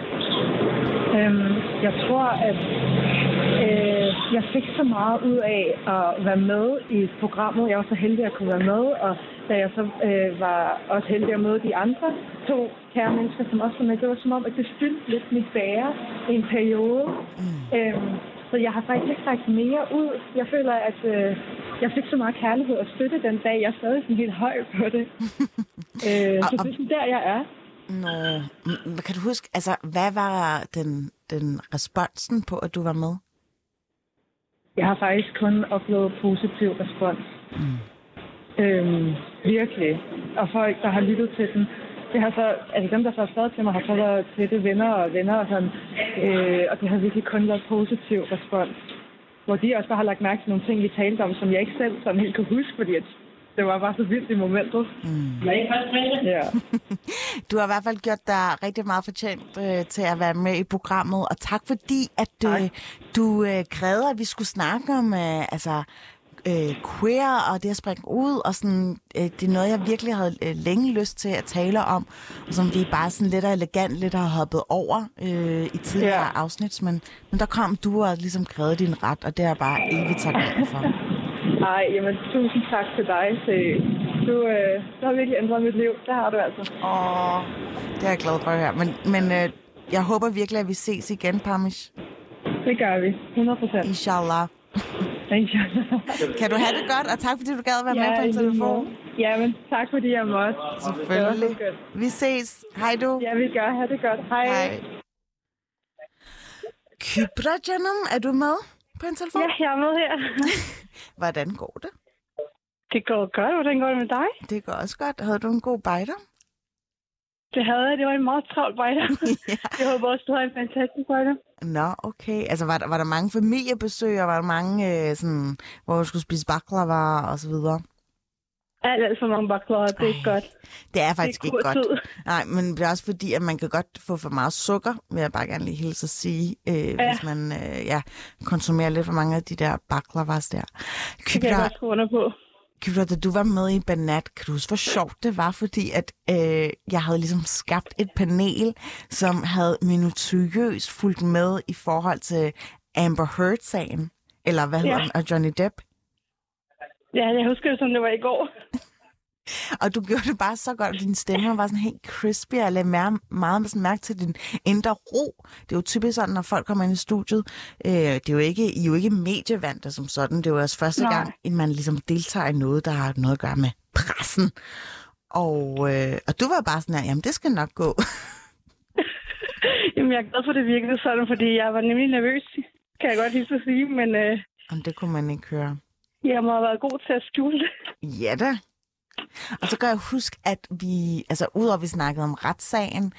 Jeg tror, at jeg fik så meget ud af at være med i programmet. Jeg var så heldig at kunne være med, og da jeg så var også heldig at møde de andre 2 kære mennesker, som også var med, det var som om, at det fyldte lidt mit bære i en periode. Så jeg har faktisk ikke sagt mere ud. Jeg føler, at jeg fik så meget kærlighed og støtte den dag. Jeg er stadig sådan helt høj på det. Så det er sådan der, jeg er. Kan du huske, altså, hvad var den responsen på, at du var med? Jeg har faktisk kun oplevet positiv respons. Virkelig. Og folk, der har lyttet til den, det har så, altså dem, der så har skrevet til mig, har så været tætte venner og sådan. Og det har virkelig kun været positiv respons. Hvor de også bare har lagt mærke til nogle ting, vi talte om, som jeg ikke selv sådan helt kunne huske, fordi det var bare så vildt i momentet. Ja. Du har i hvert fald gjort dig rigtig meget fortjent til at være med i programmet, og tak fordi, at du krævede, at vi skulle snakke om queer og det at springe ud, og sådan, det er noget, jeg virkelig havde længe lyst til at tale om, og som vi bare sådan lidt elegant lidt har hoppet over i tidligere afsnit, men der kom du og ligesom krævede din ret, og det er jeg bare evigt taknemmelig for. Ej, jamen tusind tak til dig. Du har virkelig ændret mit liv. Det har du altså. Det er jeg glad for at høre. Men jeg håber virkelig, at vi ses igen, Parmish. Det gør vi. 100%. Inshallah. Kan du have det godt, og tak fordi du gad at være med på en telefon. Jamen, tak fordi jeg måtte. Selvfølgelig. Vi ses. Hej du. Ja, vi gør. Ha' det godt. Hej. Kybra Janum, er du med på en telefon? Ja, jeg er med her. Hvordan går det? Det går godt. Hvordan går det med dig? Det går også godt. Havde du en god bejder? Det havde jeg. Det var en meget travl bejder. Ja. Jeg håber også, du har en fantastisk bejder. Nå, okay. Altså, var der mange familiebesøg, og var der mange, hvor du skulle spise baklava og så videre? Alt for mange baklava. Det er ikke godt. Det er faktisk ikke godt. Nej, men det er også fordi, at man kan godt få for meget sukker, vil jeg bare gerne lige hilse at sige, hvis man konsumerer lidt for mange af de der baklavas der. Det kan jeg godt skrive under på. Kybra, da du var med i Banat, kan du huske, hvor sjovt det var, fordi at jeg havde ligesom skabt et panel, som havde minutiøst fulgt med i forhold til Amber Heard-sagen, eller hvad hedder den, og Johnny Depp. Ja, jeg husker det, som det var i går. Og du gjorde det bare så godt, at din stemme var sådan helt crispy, og lagde meget mærke til din indre ro. Det er jo typisk sådan, når folk kommer ind i studiet. Det er jo ikke, I er jo ikke medievante som sådan. Det er jo også første gang, at man ligesom deltager i noget, der har noget at gøre med pressen. Og du var bare sådan her, jamen det skal nok gå. Jamen jeg er glad for, det virkede sådan, fordi jeg var nemlig nervøs, kan jeg godt lige så sige, men... Jamen det kunne man ikke høre. Jeg må have været god til at skjule det. Ja da. Og så kan jeg huske, at vi, altså udover at vi snakkede om retssagen,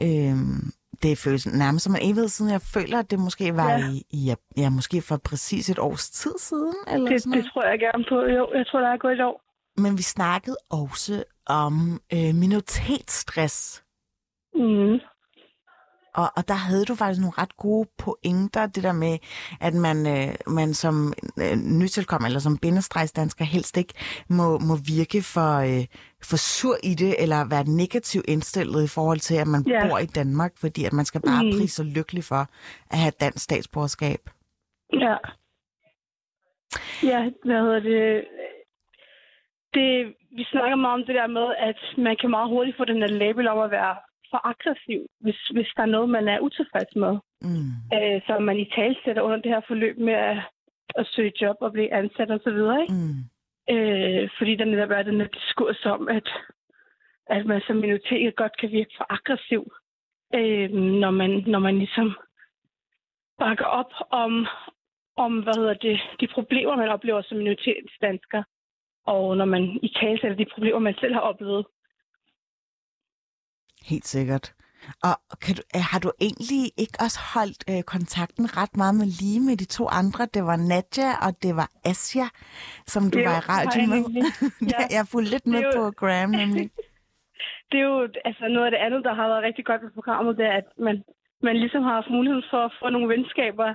det føles nærmest som en evighed siden. Jeg føler, at det måske var måske for præcis et års tid siden. Eller det tror jeg gerne på. Jo, jeg tror, der er gået et år. Men vi snakkede også om minoritetsstress. Mm. Og der havde du faktisk nogle ret gode pointer, det der med, at man som nytilkommen eller som bindestregsdansker helst ikke må virke for sur i det, eller være negativt indstillet i forhold til, at man bor i Danmark, fordi at man skal bare prise sig lykkelig for at have dansk statsborgerskab. Ja. Ja, hvad hedder det? Vi snakker meget om det der med, at man kan meget hurtigt få den her label om at være for aggressiv, hvis der er noget, man er utilfreds med. Så man i tale sætter under det her forløb med at søge job og blive ansat og så videre, ikke? Fordi der netop er den her diskurs om, at man som minoritet godt kan virke for aggressiv, når man ligesom bakker op om de problemer, man oplever som minoritetsdansker, og når man i tale sætter de problemer, man selv har oplevet. Helt sikkert. Og har du egentlig ikke også holdt kontakten ret meget med de to andre? Det var Nadja, og det var Asja, som du var i radio med. Ja. Jeg fulgte lidt med på Graham, nemlig. Det er jo noget af det andet, der har været rigtig godt ved programmet, det er, at man ligesom har haft mulighed for at få nogle venskaber,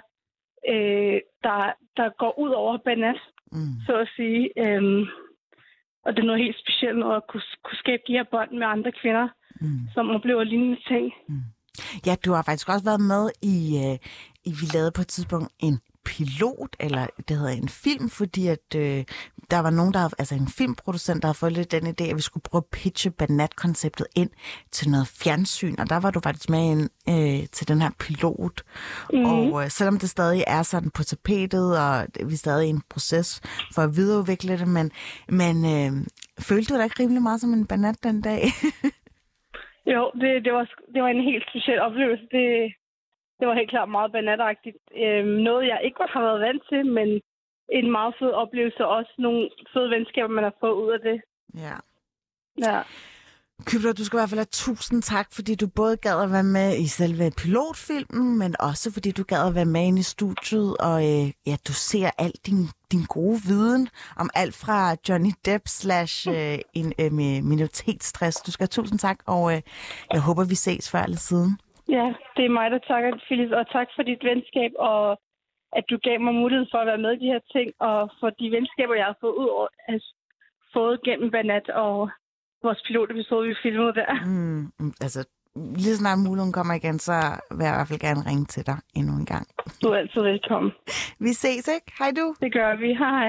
der går ud over Banat, så at sige. Og det er noget helt specielt at kunne skabe de her bånd med andre kvinder, som oplever lignende ting. Ja, du har faktisk også været med vi lavede på et tidspunkt en pilot, eller det hedder en film, fordi at der var nogen, en filmproducent, der havde fået lidt den idé, at vi skulle prøve at pitche Banat-konceptet ind til noget fjernsyn, og der var du faktisk med ind til den her pilot. Og selvom det stadig er sådan på tapetet, og vi er stadig i en proces for at videreudvikle det, men følte du dig ikke rimelig meget som en Banat den dag? Jo, det var en helt speciel oplevelse. Det var helt klart meget banatagtigt. Noget, jeg ikke godt har været vant til, men en meget fed oplevelse, og også nogle fede venskaber, man har fået ud af det. Ja. Kybra, du skal i hvert fald have 1000 tak, fordi du både gad at være med i selve pilotfilmen, men også fordi du gad at være med inde i studiet, og du ser al din gode viden om alt fra Johnny Depp / minoritetsstress. Du skal have 1000 tak, og jeg håber, vi ses før eller siden. Ja, det er mig, der takker, Phyllis, og tak for dit venskab, og at du gav mig mulighed for at være med i de her ting, og for de venskaber, jeg har fået gennem Banat og vores pilotepisode, vi filmede der. Lige snart muligheden kommer igen, så vil jeg i hvert fald gerne ringe til dig endnu en gang. Du er altid velkommen. Vi ses, ikke? Hej du. Det gør vi. Hej.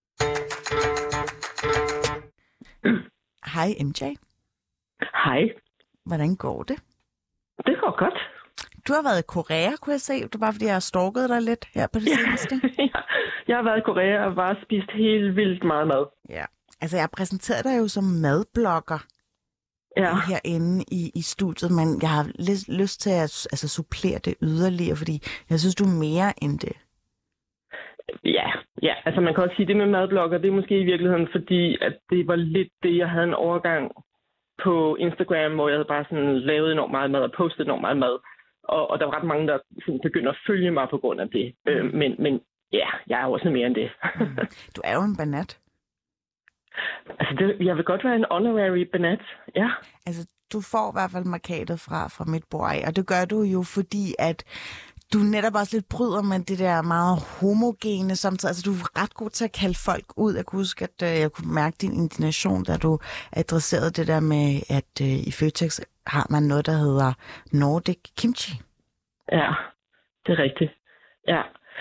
Hej MJ. Hej. Hvordan går det? Det går godt. Du har været i Korea, kunne jeg se. Det var bare, fordi jeg har stalket dig lidt her på det seneste. Jeg har været i Korea og bare spist helt vildt meget mad. Ja. Altså, jeg præsenterede dig jo som madblogger. herinde i studiet, men jeg har lyst til at supplere det yderligere, fordi jeg synes, du er mere end det. Ja, altså man kan også sige, det med madblogger, det er måske i virkeligheden, fordi at det var lidt det, jeg havde en overgang på Instagram, hvor jeg havde bare sådan lavet enormt meget mad og postet enormt meget mad. Og der var ret mange, der sådan begynder at følge mig på grund af det. Men ja, jeg er også mere end det. Du er jo en banat. Altså, jeg vil godt være en honorary banat, ja. Altså, du får i hvert fald markatet fra mit bord af, og det gør du jo, fordi at du netop også lidt bryder med det der meget homogene samtidig. Altså, du er ret god til at kalde folk ud. Jeg kunne huske, at jeg kunne mærke din indignation, da du adresserede det der med, at i Føtex har man noget, der hedder Nordic Kimchi. Ja, det er rigtigt. Ja.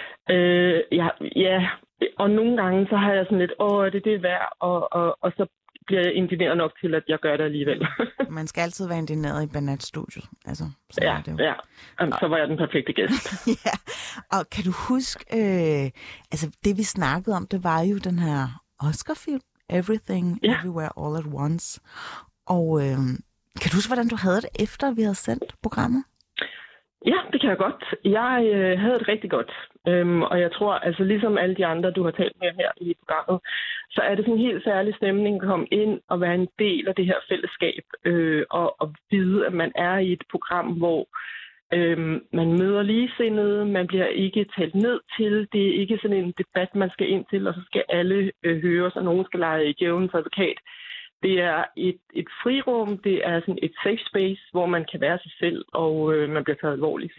Ja. Og nogle gange, så har jeg sådan lidt, det er værd, og så bliver jeg indigneret nok til, at jeg gør det alligevel. Man skal altid være indigneret i Banat-studiet. Altså, ja. Så var jeg den perfekte gæst. Ja, og kan du huske, det vi snakkede om, det var jo den her Oscar-film, Everything, Everywhere, All at Once. Og kan du huske, hvordan du havde det, efter vi havde sendt programmet? Ja, det kan jeg godt. Jeg havde det rigtig godt. Og jeg tror, altså ligesom alle de andre, du har talt med her i programmet, så er det sådan en helt særlig stemning at komme ind og være en del af det her fællesskab. Og vide, at man er i et program, hvor man møder ligesindede, man bliver ikke talt ned til. Det er ikke sådan en debat, man skal ind til, og så skal alle høres, og nogen skal lege djævlen for advokat. Det er et frirum, det er sådan et safe space, hvor man kan være sig selv, og man bliver taget alvorligt.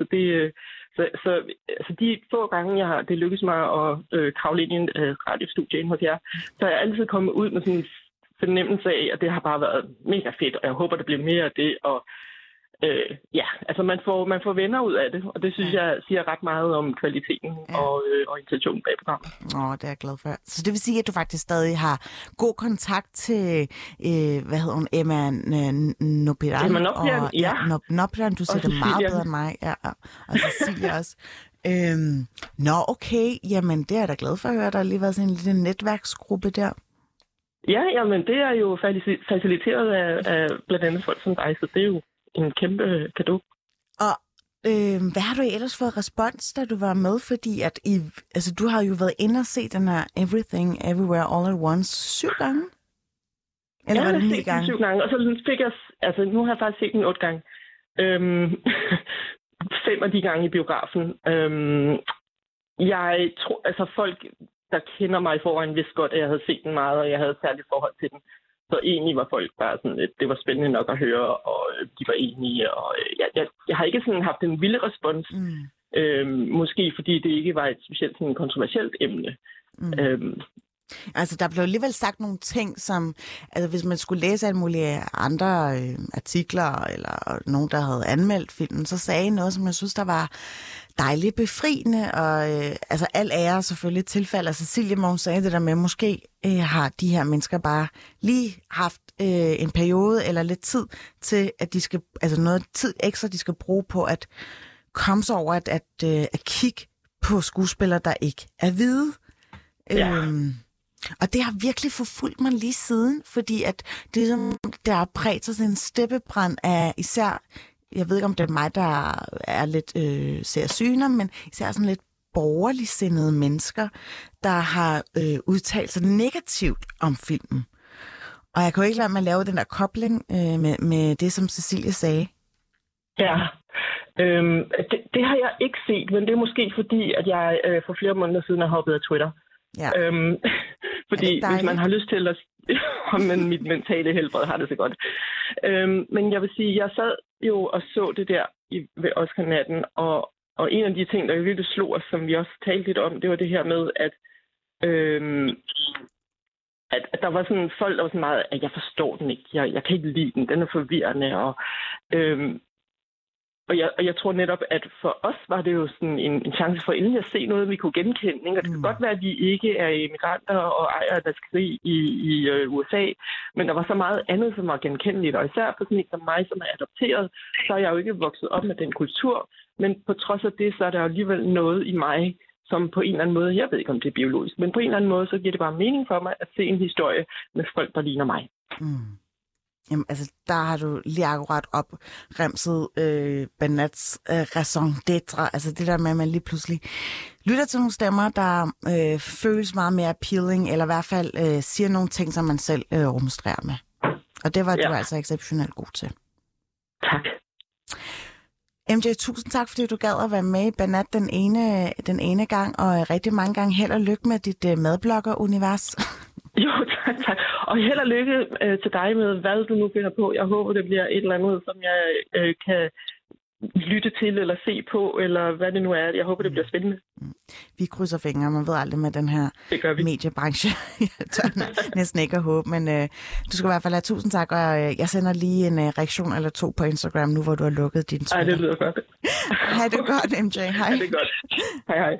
Så de få gange, det lykkedes mig at kravle ind i en radiostudie ind hos jer, så er jeg altid kommet ud med sådan en fornemmelse af, at det har bare været mega fedt, og jeg håber, det bliver mere af det. Og altså man får venner ud af det, og det synes jeg siger ret meget om kvaliteten og intentionen bag programmet. Det er jeg glad for. Så det vil sige, at du faktisk stadig har god kontakt til, Emma Nopiran. Emma Nopiran, ja. Nopiran, du siger det meget bedre end mig. Ja, og Cecilia også. Okay. Jamen, det er jeg da glad for at høre. Der har lige været sådan en lille netværksgruppe der. Ja, jamen det er jo faciliteret af blandt andet folk som dig, så det er jo en kæmpe cadeau. Og hvad har du ellers fået respons, da du var med? Fordi at du har jo været inde og se den her Everything, Everywhere, All at Once 7 gange? Eller var det 9 gange? 7 gange, og så fik jeg, nu har jeg faktisk set den 8 gange. 5 af de gange i biografen. Jeg tror, folk, der kender mig i forvejen, vidste godt, at jeg havde set den meget, og jeg havde et særligt forhold til den. Så egentlig var folk bare sådan lidt, det var spændende nok at høre, og de var enige, og jeg har ikke sådan haft en vild respons. Måske fordi det ikke var et specielt sådan kontroversielt emne. Altså, der blev alligevel sagt nogle ting, som, hvis man skulle læse alle mulige andre artikler, eller nogen, der havde anmeldt filmen, så sagde noget, som jeg synes, der var dejligt befriende, og al ære selvfølgelig tilfalder Cecilia, hvor hun sagde det der med, måske har de her mennesker bare lige haft en periode eller lidt tid til, at de skal, noget tid ekstra, de skal bruge på at komme sig over at kigge på skuespillere, der ikke er hvide. Og det har virkelig forfulgt mig lige siden, fordi at det som der har præget sig en steppebrand af især, jeg ved ikke om det er mig, der er lidt ser syner, men især sådan lidt borgerligsindede mennesker, der har udtalt sig negativt om filmen. Og jeg kan jo ikke lade mig at lave den der kobling med det, som Cecilia sagde. Ja, det har jeg ikke set, men det er måske fordi, at jeg for flere måneder siden har hoppet af Twitter. Ja. Fordi hvis man har lyst til at men mit mentale helbred har det så godt. Men jeg vil sige, jeg sad jo og så det der ved Oscar-natten, og en af de ting, der virkelig slog os, som vi også talte lidt om, det var det her med, at der var sådan folk, der var sådan meget, at jeg forstår den ikke, jeg kan ikke lide den er forvirrende, og jeg tror netop, at for os var det jo sådan en chance for endelig at se noget, vi kunne genkende. Ikke? Og det kan godt være, at vi ikke er immigranter og ejer af krig i USA, men der var så meget andet, som var genkendeligt. Og især for sådan en som mig, som er adopteret, så er jeg jo ikke vokset op med den kultur. Men på trods af det, så er der jo alligevel noget i mig, som på en eller anden måde, jeg ved ikke om det er biologisk, men på en eller anden måde, så giver det bare mening for mig at se en historie med folk, der ligner mig. Jamen, altså, der har du lige akkurat opremset Banats raison d'être. Altså det der med, at man lige pludselig lytter til nogle stemmer, der føles meget mere appealing, eller i hvert fald siger nogle ting, som man selv rumstrerer med. Og det var du altså exceptionelt god til. Tak. MJ, tusind tak, fordi du gad at være med i Banat den ene gang, og rigtig mange gange held og lykke med dit madblogger-univers. Jo, tak. Og held og lykke til dig med, hvad du nu finder på. Jeg håber, det bliver et eller andet, som jeg kan lytte til eller se på, eller hvad det nu er. Jeg håber, det bliver spændende. Vi krydser fingre, man ved aldrig med den her mediebranche. Jeg tør næsten ikke at håbe, men du skal i hvert fald have tusind tak, og jeg sender lige en reaktion eller to på Instagram nu, hvor du har lukket din Twitter. Ej, det lyder godt. Hej det godt, MJ. Hej. Ja, det er godt. Hej.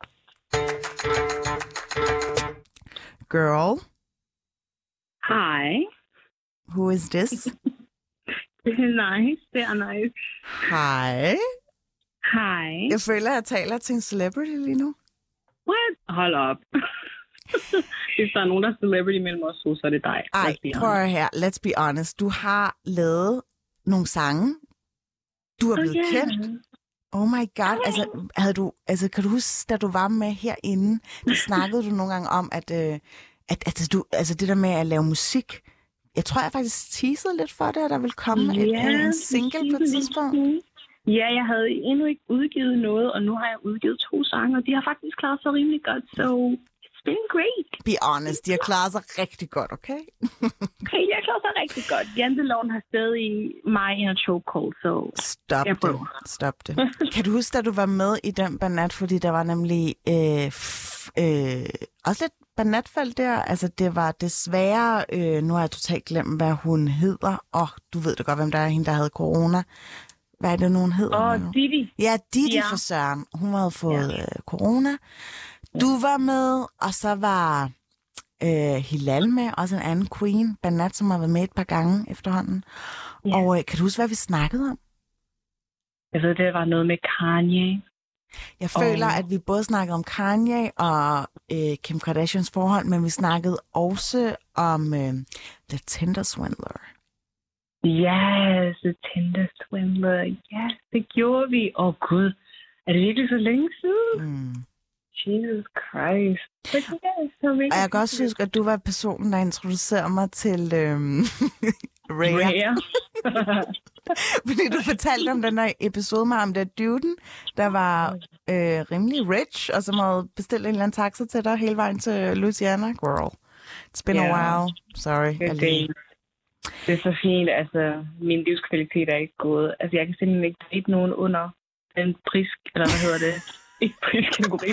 Girl. Hi. Who is this? Det er nice. Det er nice. Hej. Hej. Jeg føler, at jeg taler til en celebrity lige nu. What? Hold op. Hvis der er nogen, der er celebrity mellem os, så er det dig. Ej, prøv her. Let's be honest. Du har lavet nogle sange. Du er blevet kendt. Oh my god. Altså, kan du huske, da du var med herinde, der snakkede du nogle gange om, at det der med at lave musik, jeg tror, jeg faktisk teasede lidt for det, at der ville komme en single på et tidspunkt. Ja, jeg havde endnu ikke udgivet noget, og nu har jeg udgivet 2 sange, og de har faktisk klaret sig rimelig godt, so it's been great. Be honest, de har klaret sig rigtig godt, okay? Okay, de har klaret sig rigtig godt. Janteloven har stadig mig in a chokehold, so Stop det. Kan du huske, da du var med i den Banat, fordi der var nemlig også lidt Banatfald der, altså det var desværre, nu har jeg totalt glemt, hvad hun hedder, du ved da godt, hvem der er hende, der havde corona. Hvad er det, nogen hedder? Didi. Ja, Didi for Søren. Hun havde fået corona. Du var med, og så var Hilal med, også en anden queen, Banat, som har været med et par gange efterhånden. Ja. Og kan du huske, hvad vi snakkede om? Jeg ved, det var noget med Kanye. Jeg føler, at vi både snakkede om Kanye og Kim Kardashians forhold, men vi snakkede også om The Tinder Swindler. Yes, The Tinder Swindler. Yes, det gjorde vi. Gud, er det virkelig så længe siden? Jesus Christ. Og jeg kan også huske, at du var personen, der introducerede mig til Rhea. Fordi du fortalte om den her episode med ham der duden, der var rimelig rich, og som havde bestilt en eller anden taxa til dig hele vejen til Louisiana. Girl, it's been a while. Sorry. Det er så fint. Altså, min livskvalitet er ikke gået. Altså, jeg kan simpelthen ikke date nogen under den eller hvad hedder det? Ikke priskategori.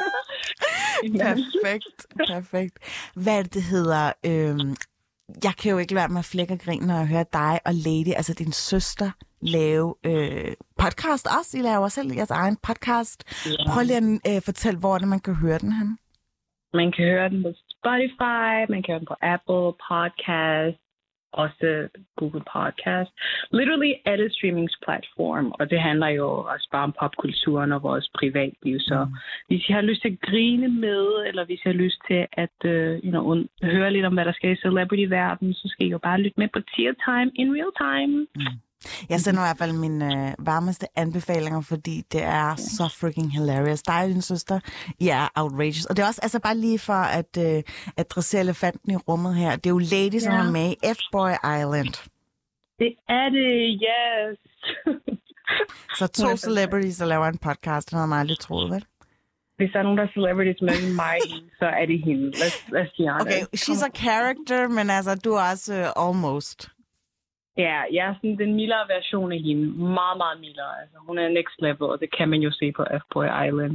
Perfekt. Hvad det hedder? Jeg kan jo ikke lade være med at flække og grine, når jeg hører dig og Lady, altså din søster, lave podcast også. I laver selv jeres egen podcast. Prøv lige at fortælle, hvor det man kan høre den hen. Man kan høre den på Spotify, man kan høre den på Apple Podcast, også Google Podcast. Literally alle streamingsplatform, og det handler jo også bare om popkulturen og vores privatliv. Så hvis I har lyst til at grine med, eller hvis I har lyst til at høre lidt om, hvad der sker i celebrity-verdenen, så skal I jo bare lytte med på Tear Time in real time. Jeg sender i hvert fald mine varmeste anbefalinger, fordi det er så freaking hilarious. Dig og din søster, I er outrageous. Og det er også altså bare lige for at adressere elefanten i rummet her. Det er jo Lady, som er med i F-Boy Island. Det er det, yes. Så 2 celebrities, der laver en podcast, den havde mig aldrig troet, vel? Hvis der er nogen, der er celebrities med mig, så er det hende. Let's be honest. Okay, she's a character, men altså, du er også almost. Ja, jeg er sådan den mildere version af hende. Meget, meget mildere. Altså, hun er next level, og det kan man jo se på F-Boy Island.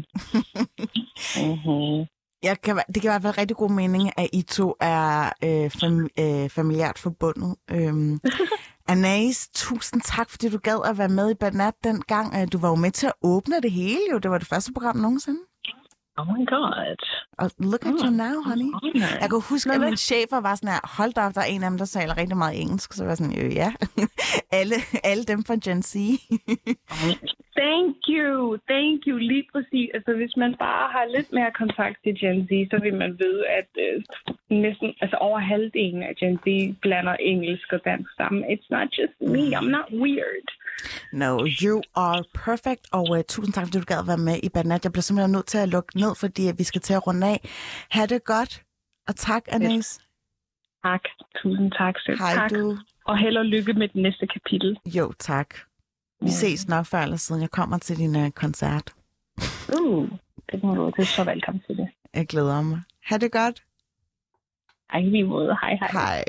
Det kan i hvert fald rigtig god mening, at I to er familiært forbundet. Anais, tusind tak, fordi du gad at være med i Banat den gang. Du var jo med til at åbne det hele, jo. Det var det første program nogensinde. Oh my god. Look at you now, honey. Jeg kan huske, at min chefer var sådan her, hold op, der er en af dem, der taler rigtig meget engelsk. Så var sådan, ja. alle dem fra Gen Z. Thank Thank you. Lige præcis. Altså, hvis man bare har lidt mere kontakt til Gen Z, så vil man vide, at næsten over halvdelen af Gen Z blander engelsk og dansk sammen. It's not just me. I'm not weird. No, you are perfect. Og tusind tak, fordi du gad at være med i Banat. Jeg bliver simpelthen nødt til at lukke ned, fordi vi skal til at runde af. Ha' det godt. Og tak, Anais. Tak. Tusind tak selv. Hej, tak. du. Og held og lykke med det næste kapitel. Jo, tak. Vi ses nok før eller siden. Jeg kommer til din koncert. Det må du. Det er så velkommen til det. Jeg glæder mig. Ha' det godt. Hej, lige måde. Hej. Hej.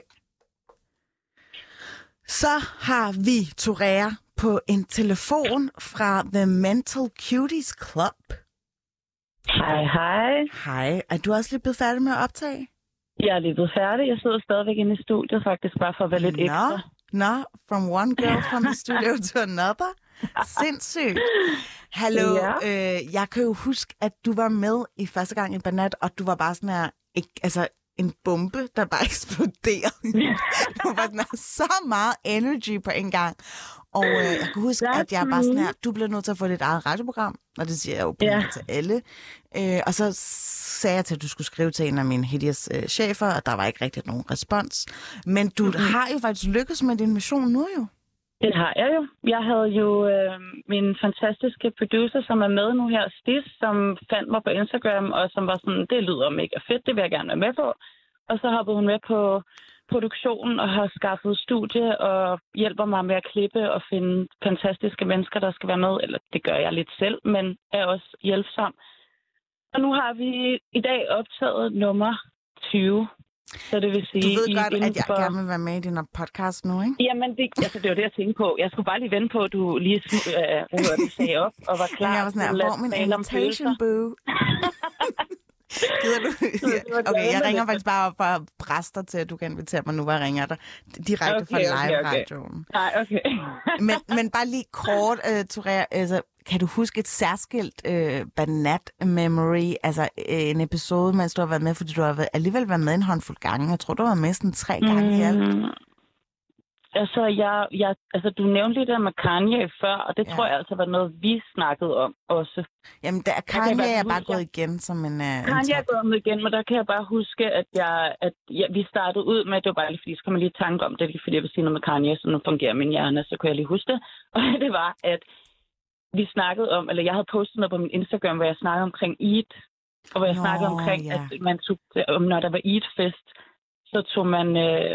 Så har vi Torea på en telefon fra The Mental Cuties Club. Hej. Hej. Er du også lige blevet færdig med at optage? Jeg er lige blevet færdig. Jeg sidder stadigvæk inde i studiet, faktisk bare for at være lidt ekstra. From one girl from the studio to another. Sindssygt. Hallo, jeg kan jo huske, at du var med i første gang i Banat, og du var bare sådan her, en bombe, der bare eksploderede. Du var sådan her, så meget energy på en gang. Og jeg kan huske, at jeg var sådan her, du blev nødt til at få dit eget radioprogram, og det siger jeg jo til alle. Og så sagde jeg til, at du skulle skrive til en af mine hideous chefer, og der var ikke rigtig nogen respons. Men du har jo faktisk lykkes med din mission nu jo. Det har jeg jo. Jeg havde jo min fantastiske producer, som er med nu her, Stis, som fandt mig på Instagram, og som var sådan, det lyder mega fedt, det vil jeg gerne være med på. Og så hoppede hun med på produktionen og har skaffet studie og hjælper mig med at klippe og finde fantastiske mennesker, der skal være med. Eller det gør jeg lidt selv, men er også hjælpsom. Og nu har vi i dag optaget nummer 20. Så det vil sige, du ved godt, at jeg gerne vil være med i din podcast nu, ikke? Jamen, det var det, jeg tænkte på. Jeg skulle bare lige vente på, at du lige sagde op og var klar. Jeg var sådan her, hvor min invitation, boo? Gider du? Okay, jeg ringer faktisk bare op for at presse dig til, at du kan invitere mig nu, hvor jeg ringer dig. Direkte fra live-radioen. Nej, okay. men bare lige kort, Torea, altså, kan du huske et særskilt Banat-memory, altså en episode, mens du har været med, fordi du har alligevel været med en håndfuld gange. Jeg tror, du har været med sådan 3 gange i alt. Altså, du nævnte lidt med Kanye før, og det tror jeg altså var noget, vi snakkede om også. Jamen, Kanye er bare gået igen som en Kanye er gået igen, men der kan jeg bare huske, at vi startede ud med, det var bare lige fordi, så kom jeg lige tanke om det, fordi jeg vil sige noget med Kanye, så nu fungerer min hjerne, så kunne jeg lige huske det. Og det var, at vi snakkede om, eller jeg havde postet noget på min Instagram, hvor jeg snakkede omkring Eid, og hvor jeg snakkede omkring, at man tog, når der var Eid-fest, så tog man...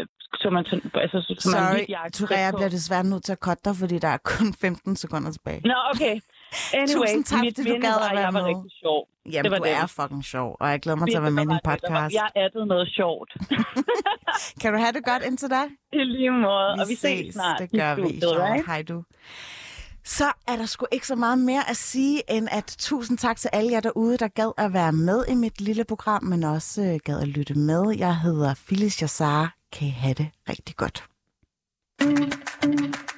Sorry, Torea bliver desværre nødt til at cutte dig, fordi der er kun 15 sekunder tilbage. Nå, okay. Anyway, tusind tak, fordi du gad at være med. Jeg var rigtig sjov. Jamen, du er fucking sjov, og jeg glæder mig til at være med i din podcast. Jeg addede noget sjovt. Kan du have det godt indtil da? I lige måde, og vi ses snart. Det gør vi. Hej du. Så er der sgu ikke så meget mere at sige, end at tusind tak til alle jer derude, der gad at være med i mit lille program, men også gad at lytte med. Jeg hedder Phyllis Jassar. Kan I have det rigtig godt.